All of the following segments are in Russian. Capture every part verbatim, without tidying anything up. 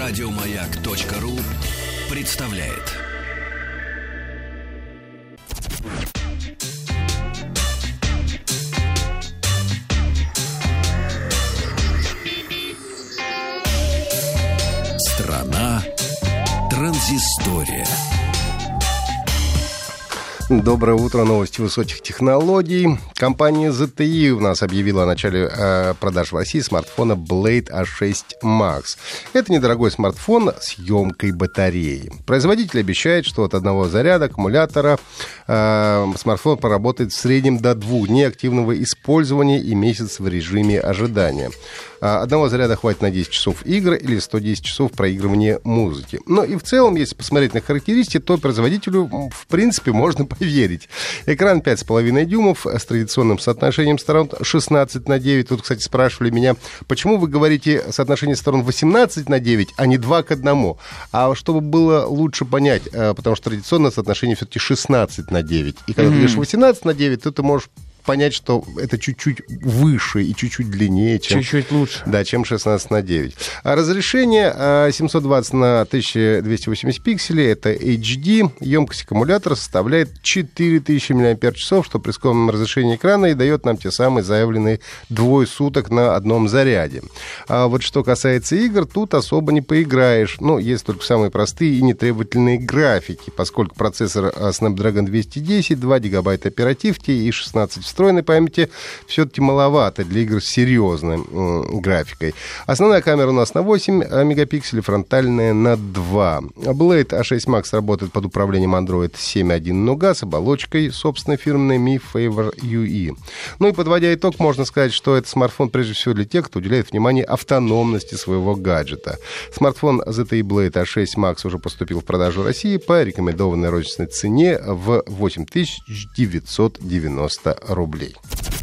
Радиомаяк.ру представляет. Страна транзистория. Доброе утро, новости высоких технологий. Компания зет тэ и у нас объявила о начале э, продаж в России смартфона Blade а шесть Max. Это недорогой смартфон с емкой батареи. Производитель обещает, что от одного заряда аккумулятора э, смартфон поработает в среднем до двух дней активного использования и месяц в режиме ожидания. Одного заряда хватит на десять часов игр или сто десять часов проигрывания музыки. Но и в целом, если посмотреть на характеристики, то производителю, в принципе, можно поверить. Экран пять с половиной дюймов с традиционным соотношением сторон шестнадцать на девять. Тут, кстати, спрашивали меня, почему вы говорите соотношение сторон восемнадцать на девять, а не два к одному? А чтобы было лучше понять, потому что традиционное соотношение все-таки шестнадцать на девять. И когда mm-hmm. ты говоришь восемнадцать на девять, то ты можешь понять, что это чуть-чуть выше и чуть-чуть длиннее, чем, чуть-чуть лучше. Да, чем шестнадцать на девять. А разрешение семьсот двадцать на тысяча двести восемьдесят пикселей, это эйч ди. Емкость аккумулятора составляет четыре тысячи миллиампер-часов, что при скромном разрешении экрана и дает нам те самые заявленные двое суток на одном заряде. А вот что касается игр, тут особо не поиграешь. Ну, есть только самые простые и нетребовательные графики, поскольку процессор Snapdragon двести десять, два гигабайта оперативки и шестнадцать встроенной памяти все-таки маловато для игр с серьезной э, графикой. Основная камера у нас на восемь мегапикселей, фронтальная на два. Blade а шесть Max работает под управлением Android семь точка один Nougat с оболочкой собственной фирменной Mi Favor ю и. Ну и подводя итог, можно сказать, что это смартфон прежде всего для тех, кто уделяет внимание автономности своего гаджета. Смартфон зет тэ и Blade а шесть Max уже поступил в продажу в России по рекомендованной розничной цене в восемь тысяч девятьсот девяносто рублей. рублей.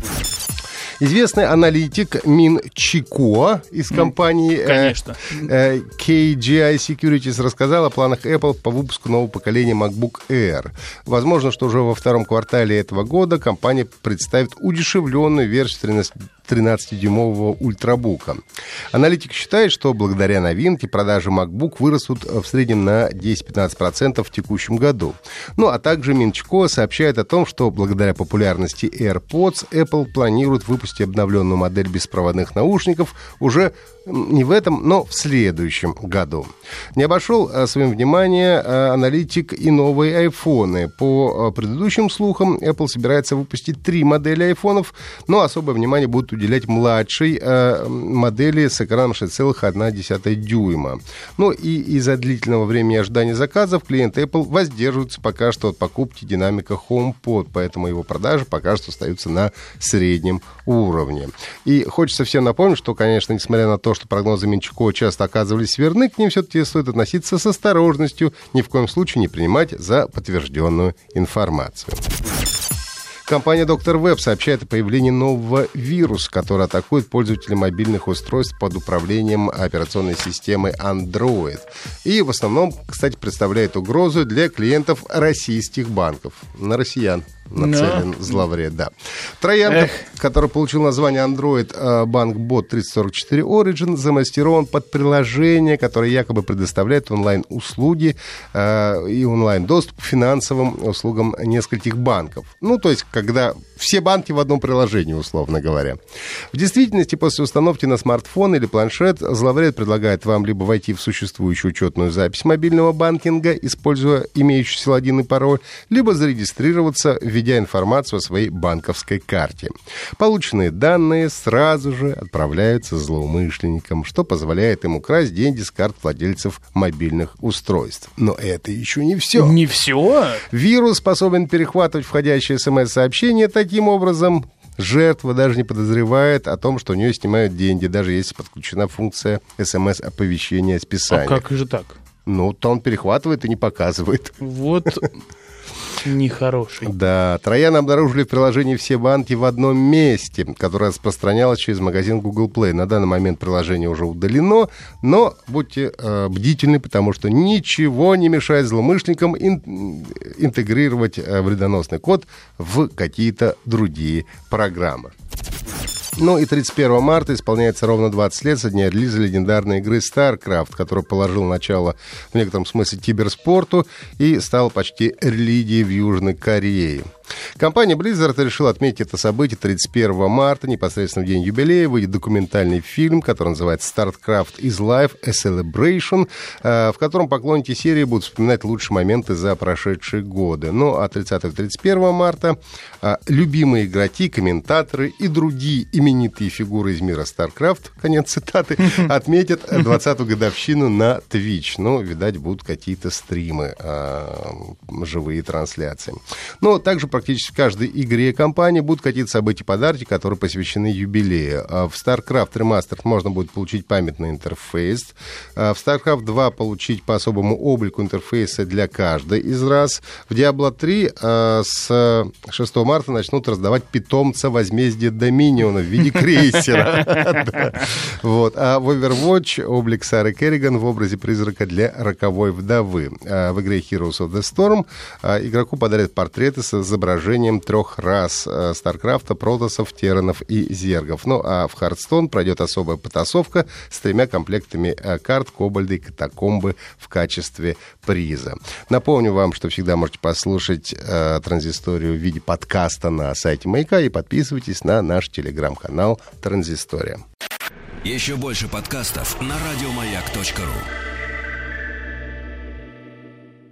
Известный аналитик Мин Чи Куо из компании э, э, кей джи ай Securities рассказал о планах Apple по выпуску нового поколения MacBook Air. Возможно, что уже во втором квартале этого года компания представит удешевленную версию тринадцатидюймового ультрабука. Аналитик считает, что благодаря новинке продажи MacBook вырастут в среднем на десять-пятнадцать процентов в текущем году. Ну, а также Мин Чи Куо сообщает о том, что благодаря популярности AirPods Apple планирует выпустить обновленную модель беспроводных наушников уже не в этом, но в следующем году. Не обошел своим вниманием аналитик и новые айфоны. По предыдущим слухам, Apple собирается выпустить три модели айфонов, но особое внимание будут уделять младшей модели с экраном шесть целых одна десятая дюйма. Ну и из-за длительного времени ожидания заказов клиенты Apple воздерживаются пока что от покупки динамика HomePod, поэтому его продажи пока что остаются на среднем уровне. И хочется всем напомнить, что, конечно, несмотря на то, что прогнозы Мин Чи Куо часто оказывались верны, к ним все-таки стоит относиться с осторожностью, ни в коем случае не принимать за подтвержденную информацию. Компания доктор Web сообщает о появлении нового вируса, который атакует пользователей мобильных устройств под управлением операционной системы Android. И в основном, кстати, представляет угрозу для клиентов российских банков. На россиян нацелен no. зловред, да. Троянка, который получил название Android банк бот тридцать сорок четыре Origin, замаскирован под приложение, которое якобы предоставляет онлайн-услуги э, и онлайн-доступ к финансовым услугам нескольких банков. Ну, то есть, когда все банки в одном приложении, условно говоря. В действительности, после установки на смартфон или планшет, зловред предлагает вам либо войти в существующую учетную запись мобильного банкинга, используя имеющийся логин и пароль, либо зарегистрироваться, введя информацию о своей банковской карте. Полученные данные сразу же отправляются злоумышленникам, что позволяет им украсть деньги с карт владельцев мобильных устройств. Но это еще не все. Не все? Вирус способен перехватывать входящие смс-сообщения. Таким образом, жертва даже не подозревает о том, что у нее снимают деньги, даже если подключена функция смс-оповещения о списании. А как же так? Ну, то он перехватывает и не показывает. Вот нехороший. Да, трояны обнаружили в приложении «Все банки» в одном месте, которое распространялось через магазин Google Play. На данный момент приложение уже удалено, но будьте э, бдительны, потому что ничего не мешает злоумышленникам ин- интегрировать э, вредоносный код в какие-то другие программы. Ну и тридцать первого марта исполняется ровно двадцать лет со дня релиза легендарной игры StarCraft, который положил начало в некотором смысле киберспорту и стал почти религией в Южной Корее. Компания Blizzard решила отметить это событие тридцать первого марта, непосредственно в день юбилея, выйдет документальный фильм, который называется «StarCraft is Life, a Celebration», в котором поклонники серии будут вспоминать лучшие моменты за прошедшие годы. Ну а тридцатого-тридцать первого марта любимые игроки, комментаторы и другие именитые фигуры из мира StarCraft, конец цитаты, отметят двадцатую годовщину на Twitch. Ну, видать, будут какие-то стримы, живые трансляции. Ну, также практически в каждой игре компании будут какие-то события, подарки, которые посвящены юбилею. В StarCraft Remastered можно будет получить памятный интерфейс. В StarCraft два получить по особому облику интерфейса для каждой из рас. В Diablo три с шестого марта начнут раздавать питомца возмездия Доминиона в виде крейсера. А в Overwatch облик Сары Керриган в образе призрака для роковой вдовы. В игре Heroes of the Storm игроку подарят портреты с изображением трех рас Старкрафта, протоссов, терранов и зергов. Ну а в Hearthstone пройдет особая потасовка с тремя комплектами карт, кобальды и катакомбы в качестве приза. Напомню вам, что всегда можете послушать э, Транзисторию в виде подкаста на сайте Маяка и подписывайтесь на наш телеграм-канал Транзистория. Еще больше подкастов на радиомаяк точка ру.